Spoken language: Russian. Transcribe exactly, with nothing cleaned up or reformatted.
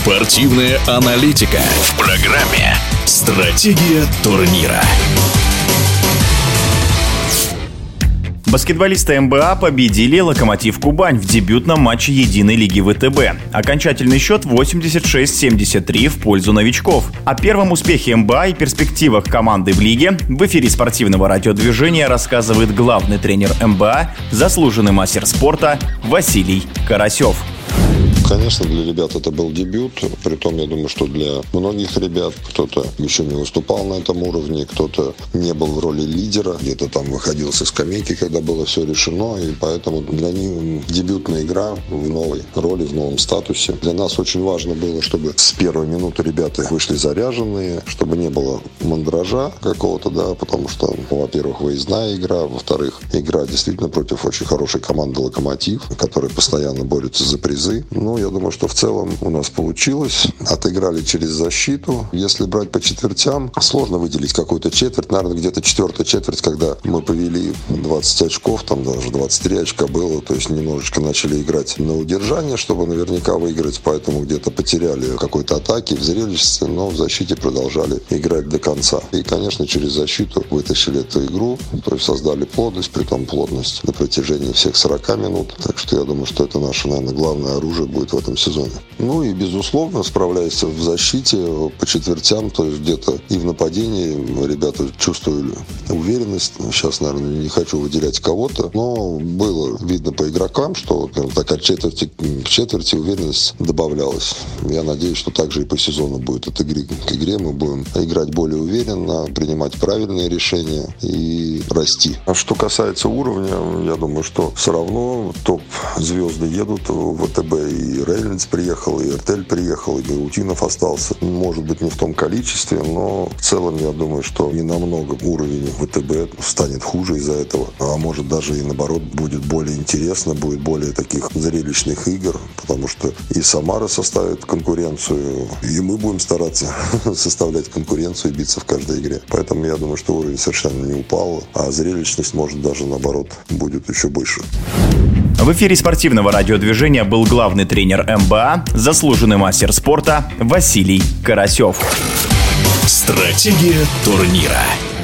Спортивная аналитика в программе «Стратегия турнира». Баскетболисты эн бэ а победили «Локомотив Кубань» в дебютном матче единой лиги вэ тэ бэ. Окончательный счет восемьдесят шесть семьдесят три в пользу новичков. О первом успехе эн бэ а и перспективах команды в лиге в эфире спортивного радиодвижения рассказывает главный тренер эн бэ а, заслуженный мастер спорта Василий Карасев. Конечно, для ребят это был дебют, притом, я думаю, что для многих ребят кто-то еще не выступал на этом уровне, кто-то не был в роли лидера, где-то там выходил со скамейки, когда было все решено, и поэтому для них дебютная игра в новой роли, в новом статусе. Для нас очень важно было, чтобы с первой минуты ребята вышли заряженные, чтобы не было мандража какого-то, да, потому что, во-первых, выездная игра, во-вторых, игра действительно против очень хорошей команды «Локомотив», которая постоянно борется за призы. Ну, я думаю, что в целом у нас получилось. Отыграли через защиту. Если брать по четвертям, сложно выделить какую-то четверть. Наверное, где-то четвертая четверть, когда мы повели двадцать очков, там даже двадцать три очка было. То есть немножечко начали играть на удержание, чтобы наверняка выиграть. Поэтому где-то потеряли в какой-то атаке, в зрелиществе, но в защите продолжали играть до конца. И, конечно, через защиту вытащили эту игру. То есть создали плотность, притом плотность на протяжении всех сорока минут. Так что я думаю, что это наше, наверное, главное оружие будет в этом сезоне. Ну и, безусловно, справляясь в защите по четвертям, то есть где-то и в нападении ребята чувствовали уверенность. Сейчас, наверное, не хочу выделять кого-то, но было видно по игрокам, что так, от четверти к четверти уверенность добавлялась. Я надеюсь, что также и по сезону будет. От игры к игре мы будем играть более уверенно, принимать правильные решения и расти. А что касается уровня, я думаю, что все равно топ-звезды едут в вэ тэ бэ, и Рейнольдс приехал, и Эртель приехал, и Гаутинов остался. Может быть, не в том количестве, но в целом я думаю, что не намного уровень вэ тэ бэ станет хуже из-за этого. А может даже и наоборот будет более интересно, будет более таких зрелищных игр, потому что и Самара составит конкуренцию, и мы будем стараться составлять конкуренцию и биться в каждой игре. Поэтому я думаю, что уровень совершенно не упал, а зрелищность может даже наоборот будет еще больше. В эфире спортивного радиодвижения был главный тренер эн бэ а, заслуженный мастер спорта Василий Карасев. Стратегия турнира.